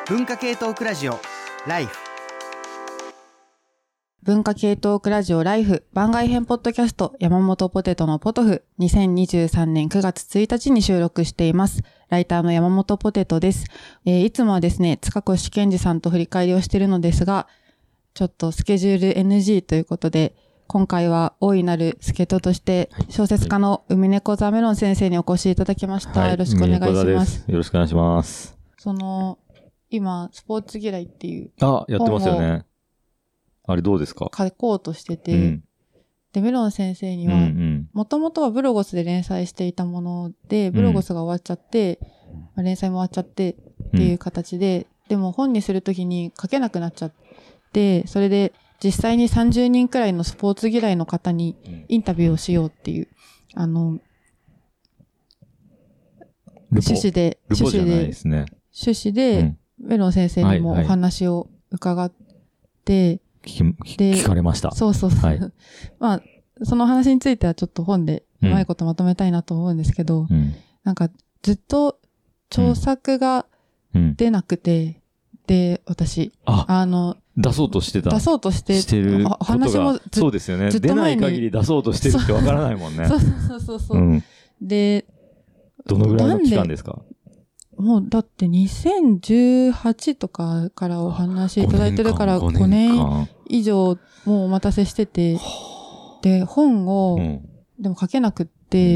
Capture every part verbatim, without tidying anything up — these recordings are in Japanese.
文化系トークラジオライフ。 文化系トークラジオライフ番外編ポッドキャスト山本ポテトのポトフにせんにじゅうさんねんくがつついたちに収録しています。ライターの山本ポテトです。えー、いつもはですね塚越健二さんと振り返りをしているのですが、ちょっとスケジュール エヌジー ということで今回は大いなる助っ人として小説家の海猫ザメロン先生にお越しいただきました。はい、よろしくお願いします。 よろしくお願いします。 その今スポーツ嫌いっていうあやってますよね。あれどうですか？ 書こうとしてて、うん、でメロン先生にはもともとはブロゴスで連載していたものでブロゴスが終わっちゃって、うんまあ、連載も終わっちゃってっていう形で、うん、でも本にするときに書けなくなっちゃって、それで実際にさんじゅうにんくらいのスポーツ嫌いの方にインタビューをしようっていう、うん、あの趣旨で趣旨で、ね、 趣旨で、うんメロン先生にもお話を伺って、はいはい、 聞, 聞かれました。 そうそうそう。はい、まあ、その話についてはちょっと本でうまいことまとめたいなと思うんですけど、うん、なんかずっと著作が出なくて、うん、で、私、 あ、 あの、 出そうとしてた。 出そうとして、 してるお話もずそうですよね。出ない限り出そうとしてるってわからないもんね。 そうそうそうそう、うん。で、 どのぐらいの期間ですか？ もうだってにせんじゅうはちとかからお話いただいてるからごねん以上もうお待たせしてて、で本をでも書けなくって、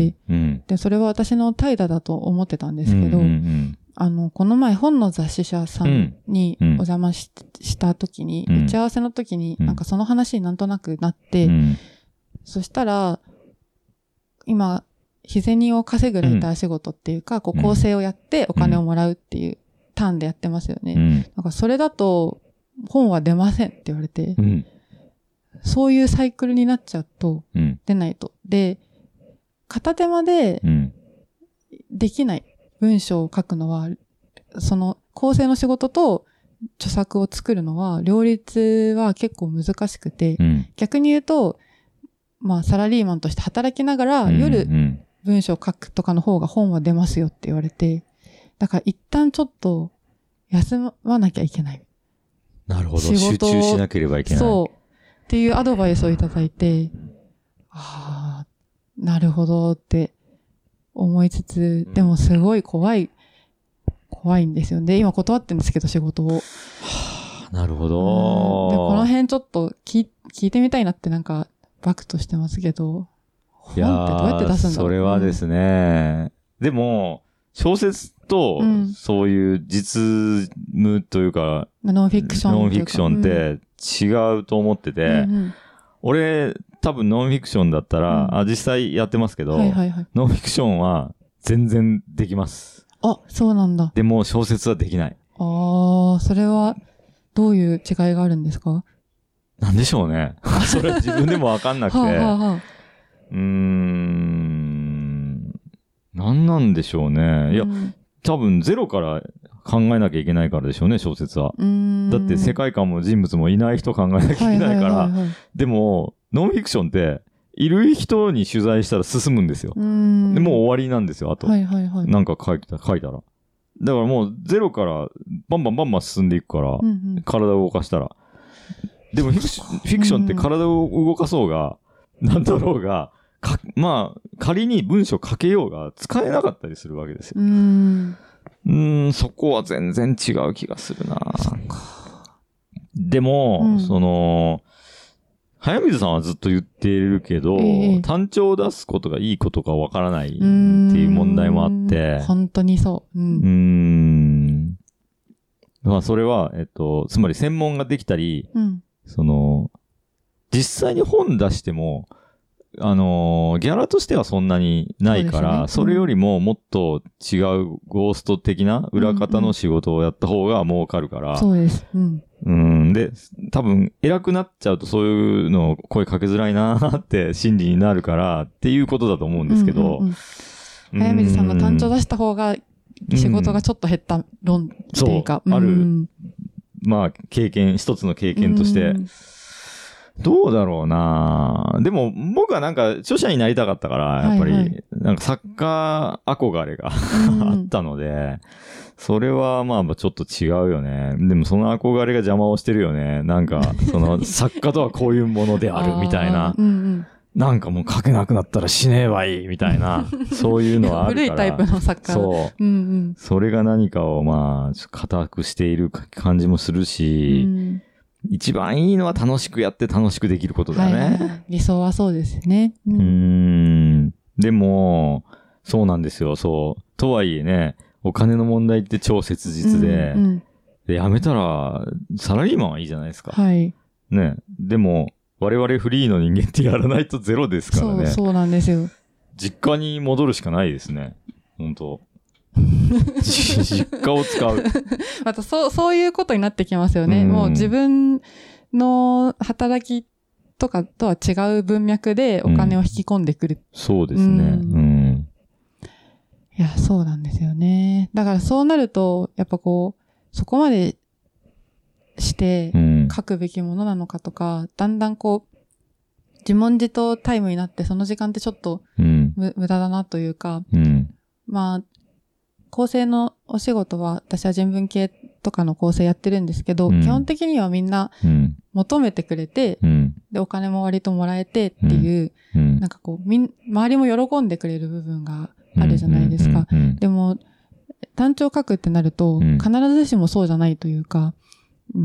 でそれは私の怠惰だと思ってたんですけど、あのこの前本の雑誌社さんにお邪魔 し, した時に打ち合わせの時になんかその話になんとなくなって、そしたら今日銭を稼ぐライター仕事っていうか、うん、こう構成をやってお金をもらうっていうターンでやってますよね。うん、なんかそれだと本は出ませんって言われて、うん、そういうサイクルになっちゃうと出ないと。で、片手間でできない文章を書くのは、その構成の仕事と著作を作るのは両立は結構難しくて、うん、逆に言うと、まあサラリーマンとして働きながら夜、うんうん文章を書くとかの方が本は出ますよって言われて、だから一旦ちょっと休まなきゃいけない。 なるほど。集中しなければいけない。 そう。っていうアドバイスをいただいて、ああ、なるほどって思いつつ、でもすごい怖い、怖いんですよね。今断ってるんですけど仕事を。はあ、なるほど。 でこの辺ちょっと聞、聞いてみたいなってなんかバクとしてますけど。 いやー、どうやって出すんだろう。それはですね、うん、でも、小説と、そういう実務というか、 うん、ノンフィクション。 ノンフィクションって違うと思ってて、うんうん、俺、多分ノンフィクションだったら、うん、あ、実際やってますけど、はいはいはい、ノンフィクションは全然できます。 あ、そうなんだ。 でも小説はできない。 ああ、それはどういう違いがあるんですか？ なんでしょうね。それ自分でもわかんなくて。はあはあはあうーん。何なんでしょうね。いや、うん、多分ゼロから考えなきゃいけないからでしょうね、小説は。だって世界観も人物もいない人考えなきゃいけないから。でも、ノンフィクションって、いる人に取材したら進むんですよ。でもう終わりなんですよ、あと。はいはいはい、なんか書いた、書いたら。だからもうゼロからバンバンバンバン進んでいくから、うんうん、体を動かしたら。でもフィクション、フィクションって体を動かそうが、なんだろうが、かまあ、仮に文章書けようが使えなかったりするわけですよ。うーん、うーんそこは全然違う気がするな。そっか。でも、うん、その、早水さんはずっと言っているけど、えー、単調を出すことがいいことかわからないっていう問題もあって。 本当にそう。うん。うーんまあ、それは、えっと、つまり専門ができたり、うん、その、実際に本出しても、あのー、ギャラとしてはそんなにないから、そ, ねうん、それよりももっと違うゴースト的な裏方の仕事をやった方が儲かるから。 そうです。うん。 うん。で、多分偉くなっちゃうとそういうのを声かけづらいなーって心理になるからっていうことだと思うんですけど。うんうんうん、早水さんの単調出した方が仕事がちょっと減った論っていうか。 そう、うん、ある、まあ経験、一つの経験として。 どうだろうな。でも僕はなんか著者になりたかったから、やっぱりなんか作家憧れがあったので、それはまあちょっと違うよね。でもその憧れが邪魔をしてるよね。なんかその作家とはこういうものであるみたいな。うんうん、なんかもう書けなくなったら死ねえばいいみたいな、そういうのはあるから。 古いタイプの作家。 そう。うんうん、それが何かをまあ固くしている感じもするし、うん、一番いいのは楽しくやって楽しくできることだね。はいはい、 理想はそうですね。 うん、うーん。でも、そうなんですよ、そう。とはいえね、お金の問題って超切実で、うんうん、で辞めたらサラリーマンはいいじゃないですか。 はい。 ね。でも、我々フリーの人間ってやらないとゼロですからね。 そう、そうなんですよ。 実家に戻るしかないですね。本当実家を使う。 またそう、そういうことになってきますよね。うん、もう自分の働きとかとは違う文脈でお金を引き込んでくる。うん、 そうですね。うん。うん、 いや、そうなんですよね。だからそうなると、やっぱこう、そこまでして書くべきものなのかとか、うん、だんだんこう、自問自答タイムになって、その時間ってちょっと、うん、無駄だなというか、うん、まあ、構成のお仕事は、私は人文系とかの構成やってるんですけど、うん、基本的にはみんな求めてくれて、うん、で、お金も割ともらえてっていう、うん、なんかこう、みん、周りも喜んでくれる部分があるじゃないですか。うんうんうんうん、でも、単調書くってなると、必ずしもそうじゃないというか、うん、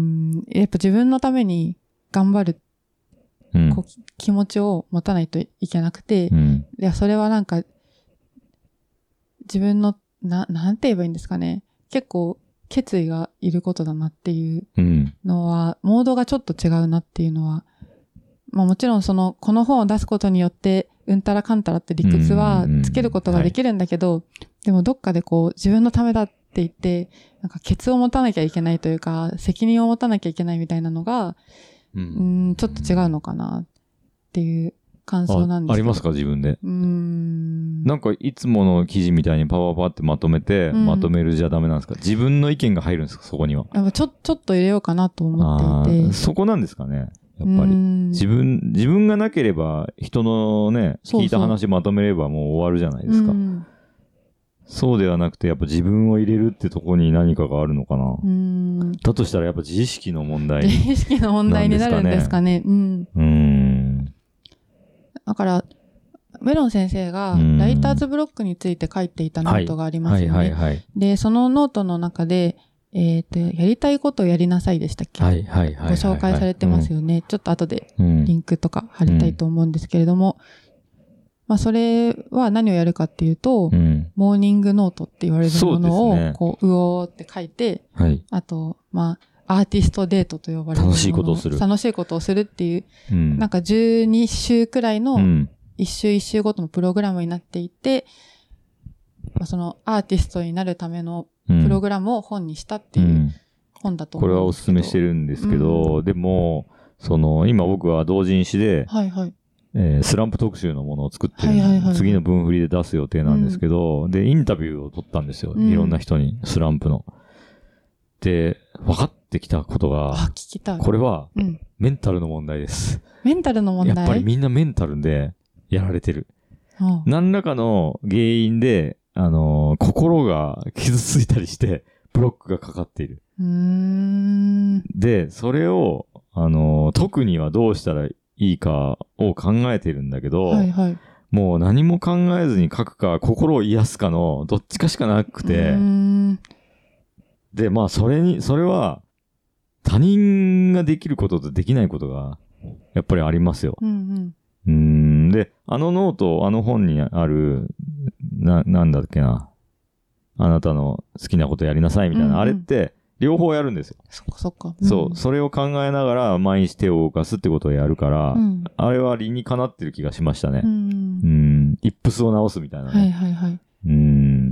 やっぱ自分のために頑張る、うん、こう気持ちを持たないといけなくて、うん、いや、それはなんか、自分の、な、なんて言えばいいんですかね。結構、決意がいることだなっていうのは、うん、モードがちょっと違うなっていうのは、まあもちろんその、この本を出すことによって、うんたらかんたらって理屈はつけることができるんだけど、うんうんはい、でもどっかでこう、自分のためだって言って、なんかケツを持たなきゃいけないというか、責任を持たなきゃいけないみたいなのが、うん、うんちょっと違うのかなっていう感想なんですけど。 あ、ありますか自分で。うーんなんかいつもの記事みたいにパワーパワってまとめて、うん、まとめるじゃダメなんですか自分の意見が入るんですかそこには。 やっぱちょ、ちょっと入れようかなと思っていて。 そこなんですかねやっぱり。自分、自分がなければ人のね、聞いた話まとめればもう終わるじゃないですか。うんそうではなくて、やっぱ自分を入れるってとこに何かがあるのかな。うーんだとしたらやっぱ自意識の問題、ね。 自意識の問題になるんですかね。うん。うーんだから、メロン先生がライターズブロックについて書いていたノートがありますよね。はいはいはいはい、で、そのノートの中で、えっと、やりたいことをやりなさいでしたっけ、はいはいはいはいはい、ご紹介されてますよね。うん、ちょっと後でリンクとか貼りたいと思うんですけれども、うんまあ、それは何をやるかっていうと、うん、モーニングノートって言われるものを、ね、こう、うおーって書いて、はい、あと、まあ、アーティストデートと呼ばれるもの。 楽しいことをする。 楽しいことをするっていう、うん、なんかじゅうに週くらいの、いっ週いっ週ごとのプログラムになっていて、まあ、そのアーティストになるためのプログラムを本にしたっていう本だと思うんですけど、うん、これはお勧めしてるんですけど、うん、でも、その、今僕は同人誌で、はいはい。えー、スランプ特集のものを作ってる、はいはいはい、次の分振りで出す予定なんですけど、うん、で、インタビューを取ったんですよ。うん、いろんな人に、スランプの。で、分かってきたことが、 あ、聞きたい。 これは、メンタルの問題です。 メンタルの問題やっぱりみんなメンタルでやられてる。うん、何らかの原因で、あのー、心が傷ついたりして、ブロックがかかっている。うーんで、それを、あのー、特にはどうしたらいいかを考えてるんだけど、はいはい、もう何も考えずに書くか、心を癒すかの、どっちかしかなくて、で、まあ、それに、それは、他人ができることとできないことが、やっぱりありますよ。うんうんうーんで、あのノート、あの本にある、な、なんだっけな。あなたの好きなことやりなさいみたいな、うんうん、あれって、両方やるんですよ。 そっかそっか。うん、 そう。それを考えながら毎日手を動かすってことをやるから、うん、あれは理にかなってる気がしましたね。うん。うんイップスを直すみたいな、ね。 はいはいはい。うん。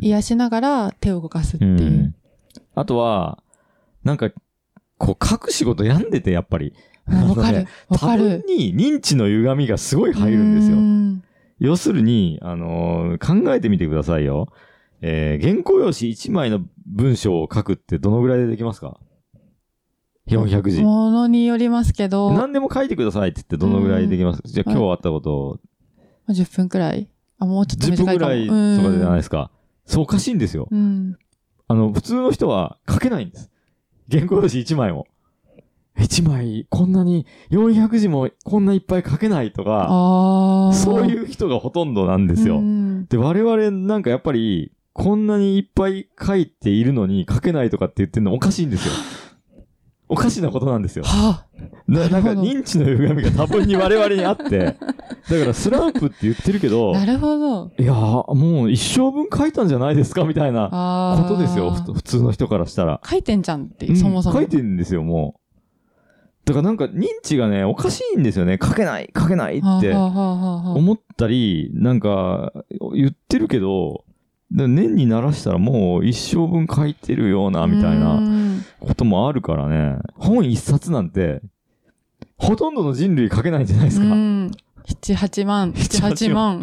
癒しながら手を動かすっていう。うん、 あとは、なんか、こう書く仕事病んでて、やっぱり。 わかる。わかる。 多分に認知の歪みがすごい入るんですよ。要するに、あのー、考えてみてくださいよ。えー、原稿用紙いちまいの文章を書くってどのぐらいでできますか？ よんひゃくじ。 ものによりますけど。 何でも書いてくださいって言ってどのぐらいできます、うん、じゃあ今日あったことを。 じゅっぷんくらいあ、もうちょっと短いかも。 じゅっぷんくらいとかじゃないですか。うん、そう、おかしいんですよ。 うん、あの、普通の人は書けないんです。原稿用紙いちまいも。いちまい、こんなによんひゃくじもこんないっぱい書けないとか、そういう人がほとんどなんですよ。うん、で、我々なんかやっぱり、こんなにいっぱい書いているのに書けないとかって言ってるのおかしいんですよ。おかしなことなんですよ。 はあ、 な, なんか認知の歪みが多分に我々にあって、だからスランプって言ってるけど、 なるほど。 いやー、もう一生分書いたんじゃないですかみたいなことですよ。普通の人からしたら。 書いてんじゃんって、うん、そもそも。 書いてんですよ、もう。だからなんか認知がね、おかしいんですよね。書けない、書けないって思ったり、なんか言ってるけど、年にならしたらもう一生分書いてるような、みたいなこともあるからね。本一冊なんて、ほとんどの人類書けないんじゃないですか。うん。 なな、はちまん。なな、はちまん。うん。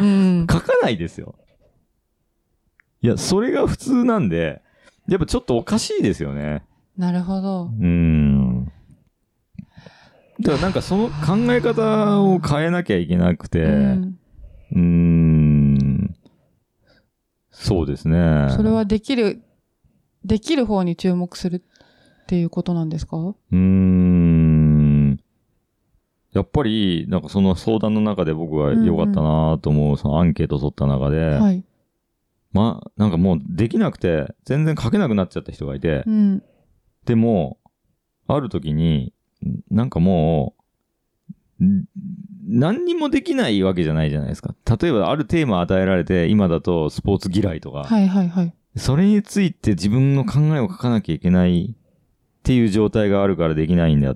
書かないですよ。いや、それが普通なんで、やっぱちょっとおかしいですよね。 なるほど。 うーん。だからなんかその考え方を変えなきゃいけなくて、うん、うーん、そうですね。 それはできる、できる方に注目するっていうことなんですか？うーん。やっぱり、なんかその相談の中で僕が良かったなと思う、うんうん、そのアンケートを取った中で、はい、まあ、なんかもうできなくて、全然書けなくなっちゃった人がいて、うん、でも、ある時に、なんかもう、何にもできないわけじゃないじゃないですか。例えばあるテーマ与えられて、今だとスポーツ嫌いとか、 はいはいはい。 それについて自分の考えを書かなきゃいけないっていう状態があるからできないんであって、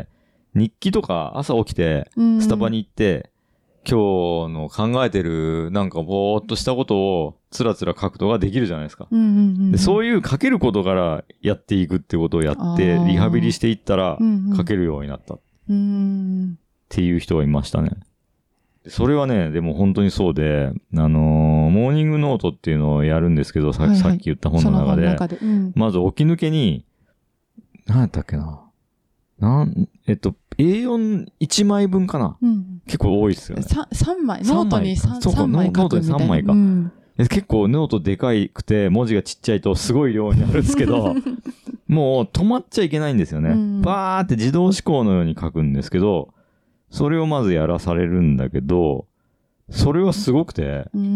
日記とか朝起きて、スタバに行って、今日の考えてるなんかぼーっとしたことをつらつら書くとかできるじゃないですか、うんうんうん、でそういう書けることからやっていくってことをやってリハビリしていったら書けるようになったっていう人がいましたね。それはね、でも本当にそうで、あのー、モーニングノートっていうのをやるんですけど、さ, はいはい、さっき言った本の中で、の中でうん、まず起き抜けに、何やったっけな、なんえっとエーよんいち 枚分かな、うん、結構多いですよね。 さんまい、ノートに 3, 3枚書くみたいな。ノートにさんまいか、うん、 結構ノートでかいくて文字がちっちゃいとすごい量になるんですけどもう止まっちゃいけないんですよね、うん、バーって自動思考のように書くんですけど、それをまずやらされるんだけど、それはすごくて、うん、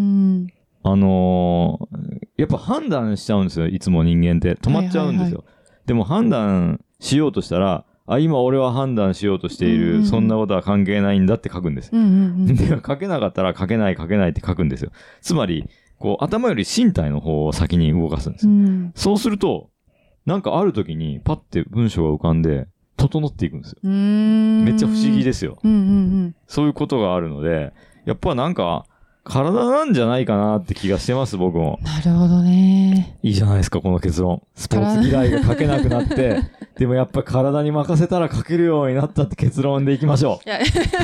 あのー、やっぱ判断しちゃうんですよ。いつも人間って止まっちゃうんですよ、はいはいはい、でも判断しようとしたら、あ、今俺は判断しようとしている、うんうん、そんなことは関係ないんだって書くんです、うんうんうん、で書けなかったら書けない書けないって書くんですよ。つまりこう頭より身体の方を先に動かすんですよ、うん、そうするとなんかある時にパッて文章が浮かんで整っていくんですよ。うーん、めっちゃ不思議ですよ、うんうんうん、そういうことがあるので、やっぱなんか体なんじゃないかなって気がしてます、僕も。 なるほどね。 いいじゃないですか、この結論。スポーツ嫌いが書けなくなって、でもやっぱ体に任せたら書けるようになったって結論でいきましょう。いや、い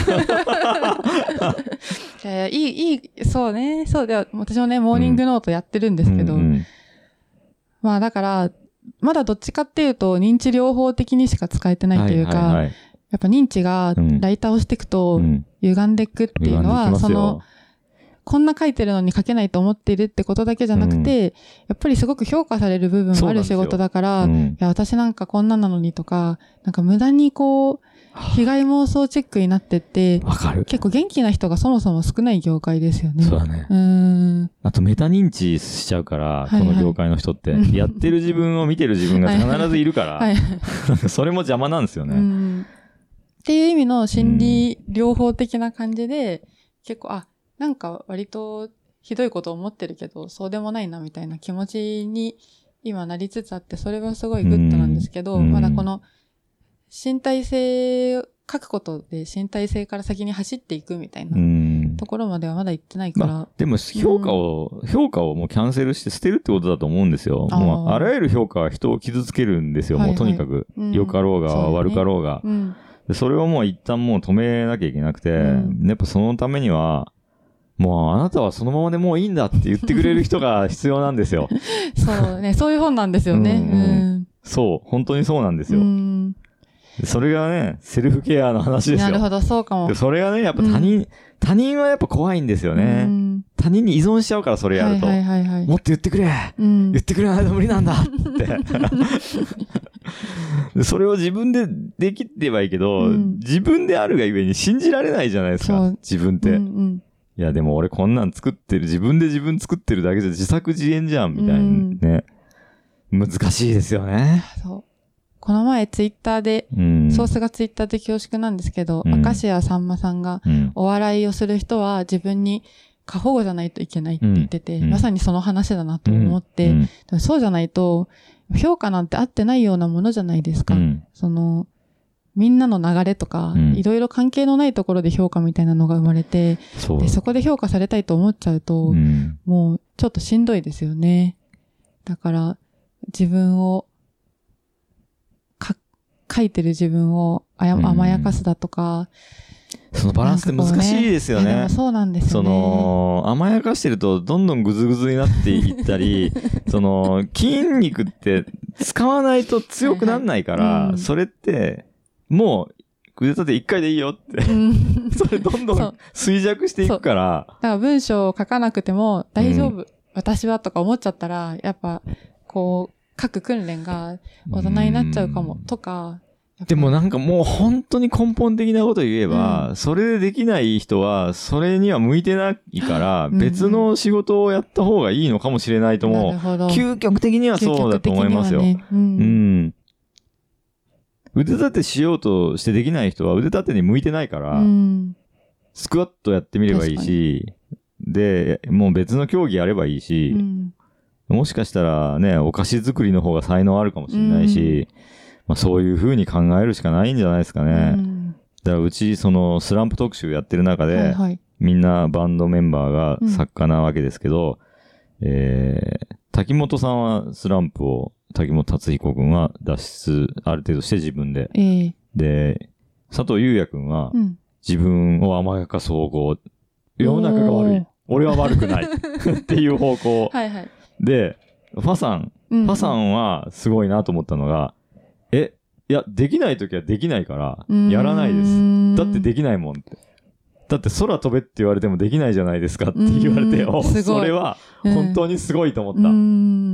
やいや、いい、いい、そうね。そうで、私もね、モーニングノートやってるんですけど、うんうんうん、まあだから、まだどっちかっていうと認知療法的にしか使えてないというか、はいはいはい、やっぱ認知がライターをしていくと、歪んでいくっていうのは、うん、その、こんな書いてるのに書けないと思っているってことだけじゃなくて、うん、やっぱりすごく評価される部分もある仕事だから、うん、いや、私なんかこんななのにとか、なんか無駄にこう、被害妄想チェックになってって、 わかる。 結構元気な人がそもそも少ない業界ですよね。 そうだね。うーん。あとメタ認知しちゃうから、はいはい、この業界の人って、やってる自分を見てる自分が必ずいるから、はいはい、それも邪魔なんですよね。うんっていう意味の心理療法的な感じで、うん、結構、あ、なんか割とひどいことを思ってるけど、そうでもないなみたいな気持ちに今なりつつあって、それはすごいグッドなんですけど、うん、まだこの身体性を書くことで身体性から先に走っていくみたいなところまではまだ行ってないから。まあ、 でも評価を、うん、評価をもうキャンセルして捨てるってことだと思うんですよ。あもうあらゆる評価は人を傷つけるんですよ。はいはい、もうとにかく、うん、良かろうが悪かろうが。そうね、うんでそれをもう一旦もう止めなきゃいけなくて、うん、やっぱそのためには、もうあなたはそのままでもういいんだって言ってくれる人が必要なんですよ。 そうね、そういう本なんですよね。うんうんうん、そう、本当にそうなんですよ。うんそれがね、セルフケアの話ですよ。 なるほど、そうかも。 それがね、やっぱ他人、うん、他人はやっぱ怖いんですよね。うん、他人に依存しちゃうからそれやると。はいはいはいはい、もっと言ってくれ、うん、言ってくれないと無理なんだって。それを自分でできればいいけど、うん、自分であるがゆえに信じられないじゃないですか、自分って。うんうん、いやでも俺こんなん作ってる、自分で自分作ってるだけじゃ自作自演じゃん、みたいなね。うん、難しいですよね。そう。 この前ツイッターで、うん、ソースがツイッターで恐縮なんですけど、うん、明石家さんまさんが、うん、お笑いをする人は自分に過保護じゃないといけないって言ってて、うん、まさにその話だなと思って、うん、でもそうじゃないと、評価なんて合ってないようなものじゃないですか。うん、その、みんなの流れとか、いろいろ関係のないところで評価みたいなのが生まれて、そでそこで評価されたいと思っちゃうと、うん、もうちょっとしんどいですよね。だから、自分を、書いてる自分をあや、うん、甘やかすだとか。 そのバランスって難しいですよね。 ね、そうなんですよね。 その、甘やかしてるとどんどんグズグズになっていったり、その、筋肉って使わないと強くなんないから、はいはいうん、それって、もう、腕立て一回でいいよって。うん、それどんどん衰弱していくから。 だから文章を書かなくても大丈夫、うん、私はとか思っちゃったら、やっぱ、こう、書く訓練が大人になっちゃうかもとか。 でもなんかもう本当に根本的なこと言えば、うん、それでできない人はそれには向いてないから別の仕事をやった方がいいのかもしれないとも、うん、究極的にはそうだと思いますよ。ねうんうん、腕立てしようとしてできない人は腕立てに向いてないから、うん、スクワットやってみればいいし、で、もう別の競技やればいいし、うんもしかしたらね、お菓子作りの方が才能あるかもしれないし、うんまあ、そういう風に考えるしかないんじゃないですかね。うん、だからうちそのスランプ特集やってる中で、はいはい、みんなバンドメンバーが作家なわけですけど、うんえー、滝本さんはスランプを滝本達彦君は脱出ある程度して自分で、えー、で佐藤優也君は自分を甘やかす方向、世の中が悪い、俺は悪くないっていう方向。はいはいで、ファさん、うん、ファさんはすごいなと思ったのが、え、いや、できないときはできないから、やらないです。だってできないもんって。だって空飛べって言われてもできないじゃないですかって言われて、お、それは本当にすごいと思った。うん、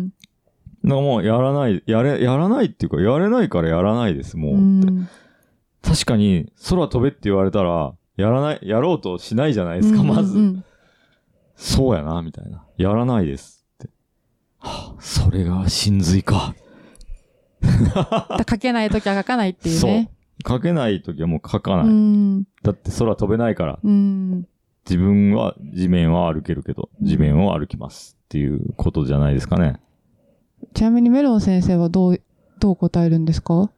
だからもうやらない、やれ、やらないっていうか、やれないからやらないです、もうって。確かに空飛べって言われたら、やらない、やろうとしないじゃないですか、まず。うんうん、そうやな、みたいな。やらないです。はあ、それが真髄か。 書けないときは書かないっていうね。 そう。書けないときはもう書かない。だって空飛べないから。うん自分は地面は歩けるけど、地面を歩きますっていうことじゃないですかね。 ちなみにメロン先生はどう、どう答えるんですか？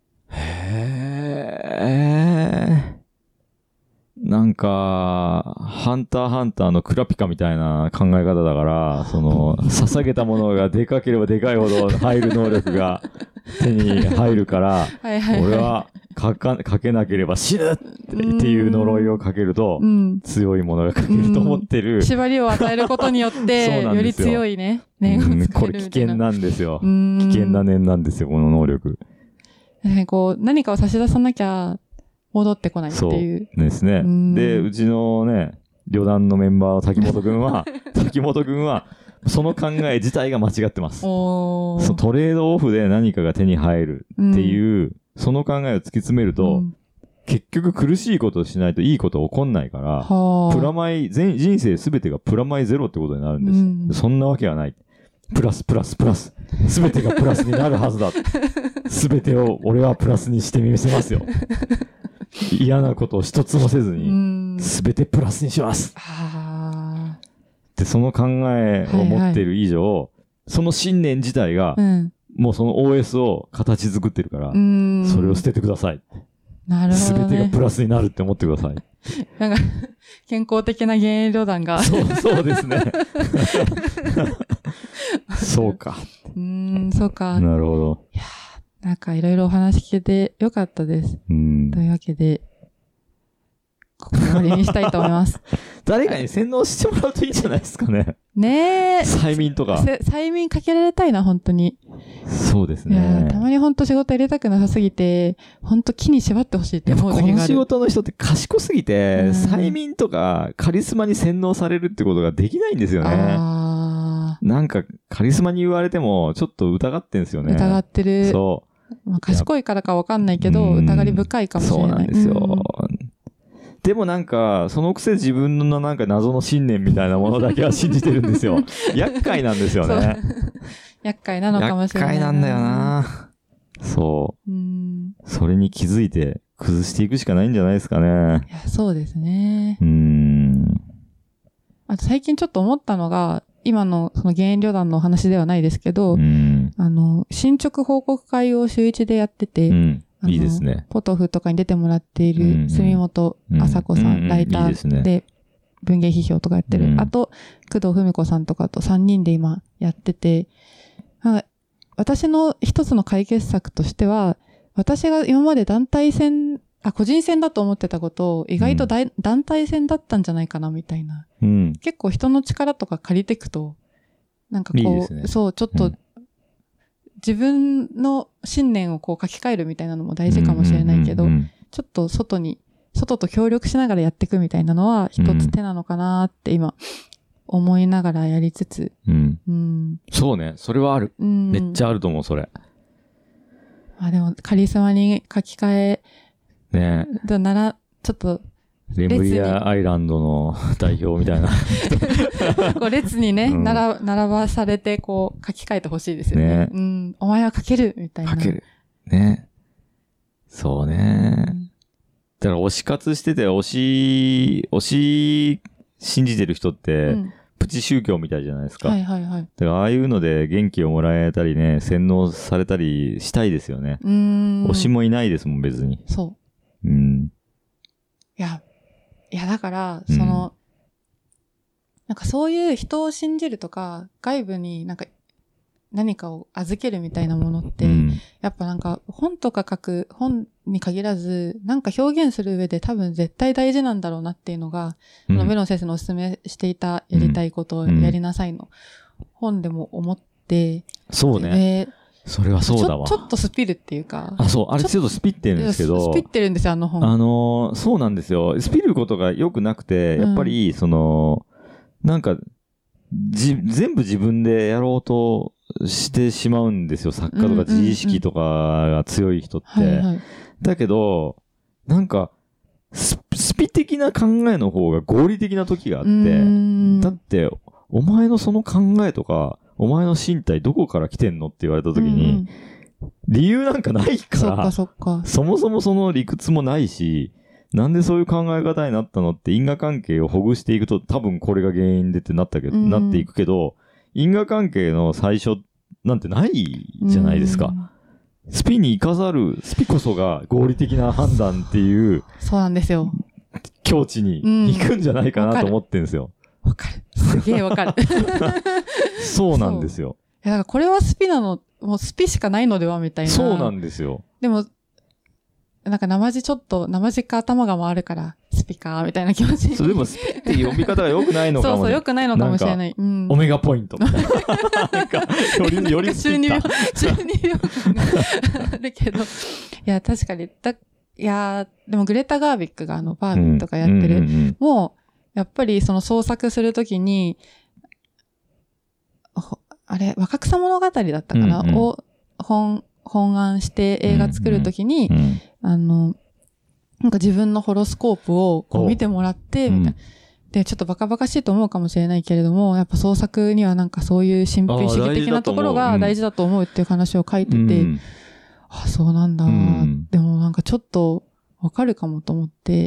へー。なんか、ハンターハンターのクラピカみたいな考え方だから、その、捧げたものがでかければでかいほど入る能力が手に入るから、はいはいはい、俺は書か、書けなければ死ぬっていう呪いをかけると、強いものが書けると思ってる。 縛りを与えることによって、より強いね、念をつける。これ危険なんですよ。危険な念なんですよ、この能力。 こう、何かを差し出さなきゃ、戻ってこないっていう。 そうですね。で、うちのね、旅団のメンバー、滝本くんは、滝本くんは、その考え自体が間違ってます。そのトレードオフで何かが手に入るっていう、うん、その考えを突き詰めると、うん、結局苦しいことをしないといいこと起こんないから、プラマイ、全人生すべてがプラマイゼロってことになるんです。うん、そんなわけはない。プラスプラスプラス。すべてがプラスになるはずだ。すべてを俺はプラスにしてみせますよ。嫌なことを一つもせずに、すべてプラスにします。で、その考えを持っている以上、はいはい、その信念自体が、うん、もうその オーエス を形作ってるから、それを捨ててください。 なるほど、ね。 すべてがプラスになるって思ってください。 なんか、健康的な減塩旅団が。 そう、そうですね。そうか。 うーん、そうか。 なるほど。 いやなんかいろいろお話聞けてよかったです。うんというわけで、 ここまでにしたいと思います。 誰かに洗脳してもらうといいんじゃないですかね。 ねえ。 催眠とか。 催眠かけられたいな、本当に。 そうですね。 たまに本当仕事入れたくなさすぎて、本当木に縛ってほしいって思う時がある。 この仕事の人って賢すぎて、うん、催眠とかカリスマに洗脳されるってことができないんですよね。あなんかカリスマに言われてもちょっと疑ってんですよね。 疑ってる。 そう。 まあ、賢いからかわかんないけど、疑り深いかもしれない。 そうなんですよ。うんでもなんか、そのくせ自分のなんか謎の信念みたいなものだけは信じてるんですよ。厄介なんですよね。 厄介なのかもしれない。 厄介なんだよな。そう。うんそれに気づいて崩していくしかないんじゃないですかね。 いやそうですね。 うーん。 あと最近ちょっと思ったのが、今のその原因旅団の話ではないですけど、うんあの、進捗報告会を週一でやってて、うんいいですね。ポトフとかに出てもらっている住本麻子さん、うんうん、ライターで文芸批評とかやってる。うん、あと、工藤文子さんとかとさんにんで今やってて、私の一つの解決策としては、私が今まで団体戦、あ、個人戦だと思ってたことを意外と、うん、団体戦だったんじゃないかなみたいな。うん、結構人の力とか借りていくと、なんかこう、いいですね、そう、ちょっと、うん自分の信念をこう書き換えるみたいなのも大事かもしれないけど、うんうんうんうん、ちょっと外に、外と協力しながらやっていくみたいなのは一つ手なのかなって今思いながらやりつつ、うんうん。そうね。それはある、うん。めっちゃあると思う、それ。 あ、でもカリスマに書き換え、 ねえ。なら、ちょっと、 レムリアアイランドの代表みたいな。 こう列にね、うん、並, 並ばされて、こう、書き換えてほしいですよね。ねうん。お前は書けるみたいな。 書ける。ね。そうね。うん、だから推し活してて、推し、推し信じてる人って、うん、プチ宗教みたいじゃないですか。はいはいはい。だからああいうので元気をもらえたりね、洗脳されたりしたいですよね。うーん。推しもいないですもん、別に。 そう。 うん。 いや、いや、だから、その、うん、なんかそういう人を信じるとか、外部になんか何かを預けるみたいなものって、うん、やっぱなんか本とか書く、本に限らず、なんか表現する上で多分絶対大事なんだろうなっていうのが、うん、このメロン先生のおすすめしていたやりたいことをやりなさいの、うん、本でも思って、 そうね。それはそうだわちょ。ちょっとスピるっていうか。 あ、そう。あれちょっとスピってるんですけど。 スピってるんですよ、あの本。 あのー、そうなんですよ。スピることが良くなくて、やっぱり、その、うん、なんか、じ、全部自分でやろうとしてしまうんですよ。作家とか自意識とかが強い人って。うんうんうんはいはい、だけど、なんかス、スピ的な考えの方が合理的な時があって、だって、お前のその考えとか、お前の身体どこから来てんのって言われた時に、うんうん、理由なんかないから、そっかそっか。そもそもその理屈もないし、なんでそういう考え方になったのって因果関係をほぐしていくと多分これが原因でってなったけど、うん、なっていくけど、因果関係の最初なんてないじゃないですか。うん、スピに行かざる、スピこそが合理的な判断っていう、 そうなんですよ。 境地に行くんじゃないかなと思ってるんですよ。 わかる。すげえわかる。 そうなんですよ。 いや、だからこれはスピなの、もうスピしかないのではみたいな。 そうなんですよ。 でも、なんか生地ちょっと、生地か頭が回るから、スピかーみたいな気持ち。 そう、でもスピって読み方が良くないのかも、ね。 そうそう、良くないのかもしれない。うん、 オメガポイントみたいな。なんか、より、よりスピった。 収入病があるけど。いや、確かに、だ、いや、でもグレタ・ガービックがあの、バービーとかやってる。うんうんうんうん、もう、やっぱりその創作するときに、あれ、若草物語だったかな、うんうん、を本、本案して映画作るときに、うんうん、あの、なんか自分のホロスコープをこう見てもらって、みたいな、うん。で、ちょっとバカバカしいと思うかもしれないけれども、やっぱ創作にはなんかそういう神秘主義的なところが大事だと思うっていう話を書いてて、うん、あ、そうなんだ、うん。でもなんかちょっとわかるかもと思って、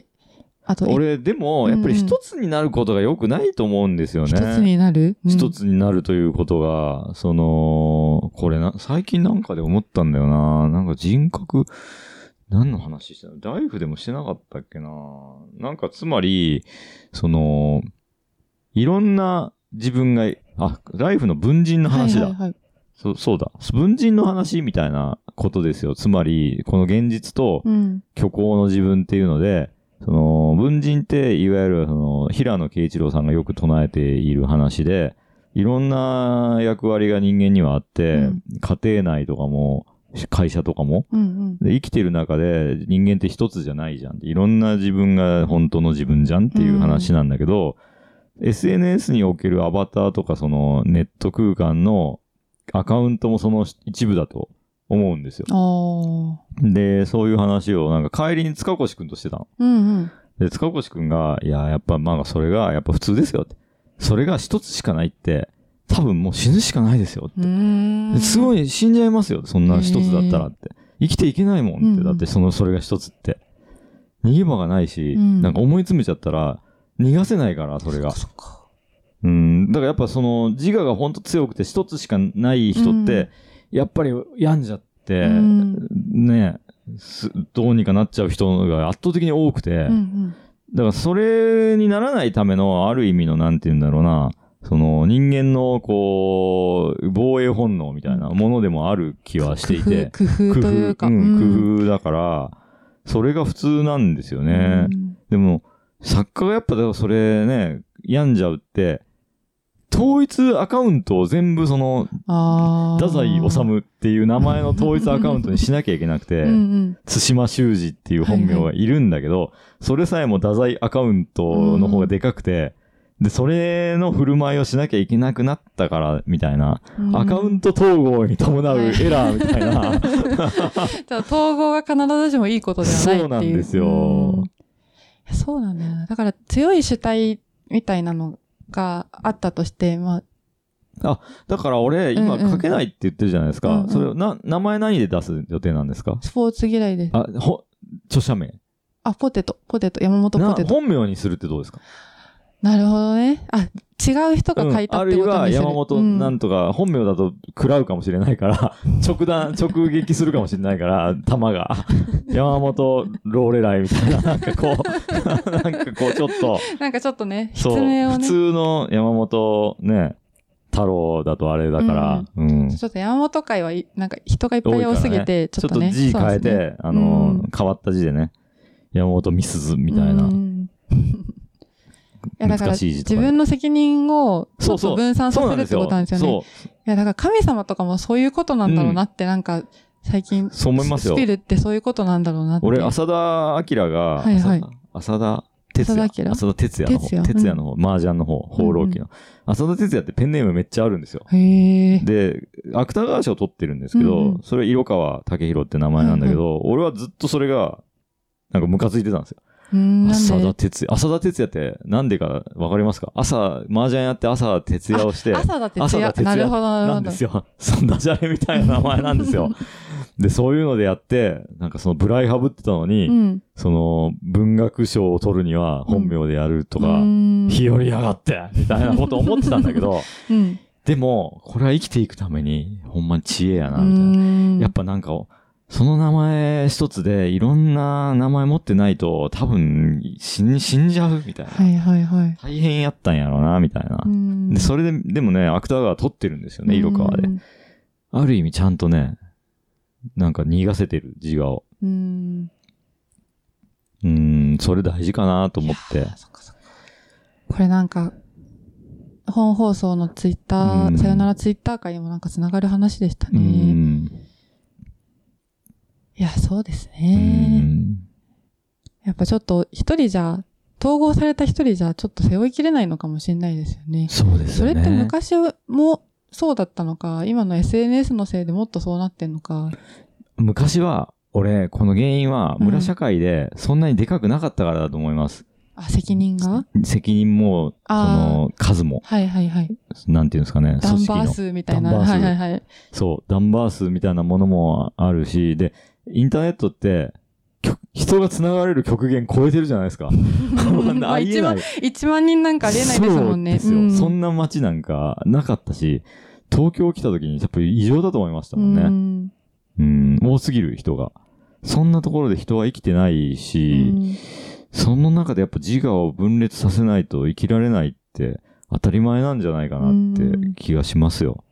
あと俺、でも、やっぱり一つになることが良くないと思うんですよね。一つになる、 うん、一つになるということが、その、これな、最近なんかで思ったんだよな。なんか人格、何の話してたの？ライフでもしてなかったっけな。なんかつまり、その、いろんな自分が、あ、ライフの文人の話だ。はいはいはい、そ, そうだ。文人の話みたいなことですよ。つまり、この現実と虚構の自分っていうので、 その、文人っていわゆるその、平野啓一郎さんがよく唱えている話で、いろんな役割が人間にはあって、うん、家庭内とかも、会社とかも、うんうん、で、生きてる中で人間って一つじゃないじゃん。いろんな自分が本当の自分じゃんっていう話なんだけど、うん、エスエヌエス におけるアバターとかそのネット空間のアカウントもその一部だと思うんですよ。で、そういう話をなんか帰りに塚越くんとしてたの。うんうん、で、塚越くんが、いや、やっぱまあそれがやっぱ普通ですよって。それが一つしかないって、多分もう死ぬしかないですよって。すごい死んじゃいますよ。そんな一つだったらって。生きていけないもんって。うん、だってその、それが一つって。逃げ場がないし、うん、なんか思い詰めちゃったら逃がせないから、それが。そっか。うん。だからやっぱその自我がほんと強くて一つしかない人って、うん、やっぱり病んじゃって、うん、ね、どうにかなっちゃう人が圧倒的に多くて、うんうん、だからそれにならないためのある意味のなんて言うんだろうな、その人間のこう防衛本能みたいなものでもある気はしていて、 工夫、工夫というか、 うん、工夫だからそれが普通なんですよね。うん、でも作家がやっぱそれね病んじゃうって統一アカウントを全部その太宰治っていう名前の統一アカウントにしなきゃいけなくてうん、対馬修司っていう本名がいるんだけど、はいはい、それさえも太宰アカウントの方がでかくて。で、それの振る舞いをしなきゃいけなくなったから、みたいな、うん、アカウント統合に伴うエラーみたいな。 はい、統合が必ずしもいいことではないっていう。 そうなんですよ。 うん、そうなんだよな。だから強い主体みたいなのがあったとして、まあ。あ、だから俺、今書けないって言ってるじゃないですか。うんうん、それをな、名前何で出す予定なんですか？ スポーツ嫌いです。 あ、ほ、著者名。 あ、ポテト、ポテト、山本ポテト。 本名にするってどうですか？ なるほどね。あ、違う人が書いたってことにする、うん、あるいは山本なんとか、うん、本名だと食らうかもしれないから、直弾、直撃するかもしれないから、弾が。山本ローレライみたいな、なんかこう、なんかこうちょっと。 なんかちょっとね、筆名をね。 普通の山本ね、太郎だとあれだから、うん。うん、 ちょっと山本会は、なんか人がいっぱい多すぎて、ね、ちょっとね。 ちょっと字変えて、ね、あの、うん、変わった字でね、山本美鈴みたいな。うんいやだから自分の責任をちょっと分散させるってことなんですよね。そうそう。いやだから神様とかもそういうことなんだろうなってなんか最近、 そう思いますよ。 スピルってそういうことなんだろうなって。 俺、浅田明が、はいはい、浅田哲也。浅田哲也の方。哲也の方、麻雀の方、放浪記の。浅田哲也ってペンネームめっちゃあるんですよ。へで、芥川賞を取ってるんですけど、うんうん、それ色川武弘って名前なんだけど、うんうん、俺はずっとそれが、なんかムカついてたんですよ。浅田哲也。浅田哲也ってなんでかわかりますか？朝、麻雀やって朝哲也をして。 朝田哲也。朝田哲也なんですよ。そんなダジャレみたいな名前なんですよ。で、そういうのでやって、なんかそのブライハブってたのに、うん、その文学賞を取るには本名でやるとか、うん、日和やがって、みたいなこと思ってたんだけど、うん、でも、これは生きていくために、ほんまに知恵やな、みたいな。やっぱなんか、その名前一つでいろんな名前持ってないと多分死ん、死んじゃうみたいな。はいはいはい。大変やったんやろうな、みたいな。で、それで、でもね、芥川取ってるんですよね、色川で。ある意味ちゃんとね、なんか逃がせてる自我を。うん。うん、それ大事かなと思って。そっかそっか。 これなんか、本放送のツイッター、さよならツイッター会にもなんかつながる話でしたね。うんいや、そうですね。やっぱちょっと一人じゃ、統合された一人じゃちょっと背負いきれないのかもしれないですよね。 そうですよね。 それって昔もそうだったのか、今の エスエヌエス のせいでもっとそうなってんのか。 昔は、俺、この原因は村社会でそんなにでかくなかったからだと思います。 うん、あ、責任が責任も、その、数も。 はいはいはい。 なんていうんですかね。 ダンバー数みたいな。はいはいはい。 そう、ダンバー数みたいなものもあるし、で、インターネットって、人が繋がれる極限超えてるじゃないですか。ありえない。 いちまんにんなんかありえないですもんね。 そうですよ。うん、そんな街なんかなかったし、東京来た時にやっぱり異常だと思いましたもんね。うん、うん多すぎる人が。そんなところで人は生きてないし、うん、その中でやっぱ自我を分裂させないと生きられないって当たり前なんじゃないかなって気がしますよ。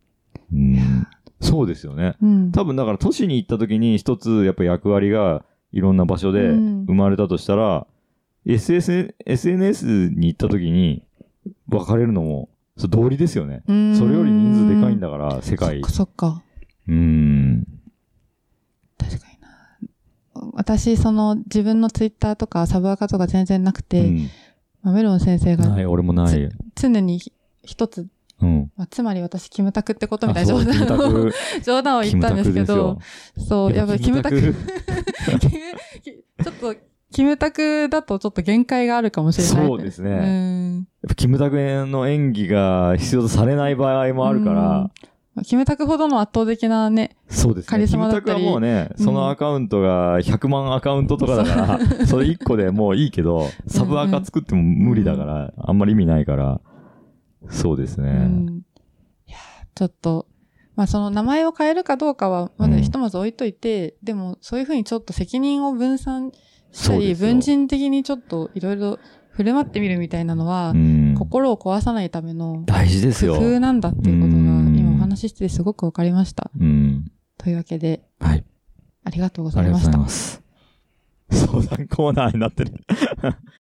うんそうですよね、うん。多分だから都市に行った時に一つやっぱ役割がいろんな場所で生まれたとしたら、うん、エスエヌエス に行った時に別れるのもそれ道理ですよね。それより人数でかいんだから世界。 そっかそっか。 うーん。 確かにな。私その自分のツイッターとかサブアカとか全然なくて、うん、まあ、メロン先生がない、俺もない。 常に一つ。うん、まあ、つまり私キムタクってことみたいな冗談を冗談を言ったんですけど、そうやっぱりキムタクちょっとキムタクだとちょっと限界があるかもしれない。 そうですね。うん、やっぱキムタクの演技が必要とされない場合もあるから、 うん、キムタクほどの圧倒的なね、 そうですね。カリスマだったり。キムタクはもうね、そのアカウントがひゃくまんアカウントとかだから、うん、それいっこでもういいけど、サブアカ作っても無理だから、うん、あんまり意味ないから。そうですね。うん、 いやちょっと、まあその名前を変えるかどうかはまだひとまず置いといて、うん、でもそういうふうにちょっと責任を分散したり、文人的にちょっといろいろ振る舞ってみるみたいなのは、うん、心を壊さないための大事ですよ。 工夫なんだっていうことが今お話ししてすごくわかりました。うん、というわけで、はい、ありがとうございました。 ありがとうございます。相談コーナーになってる。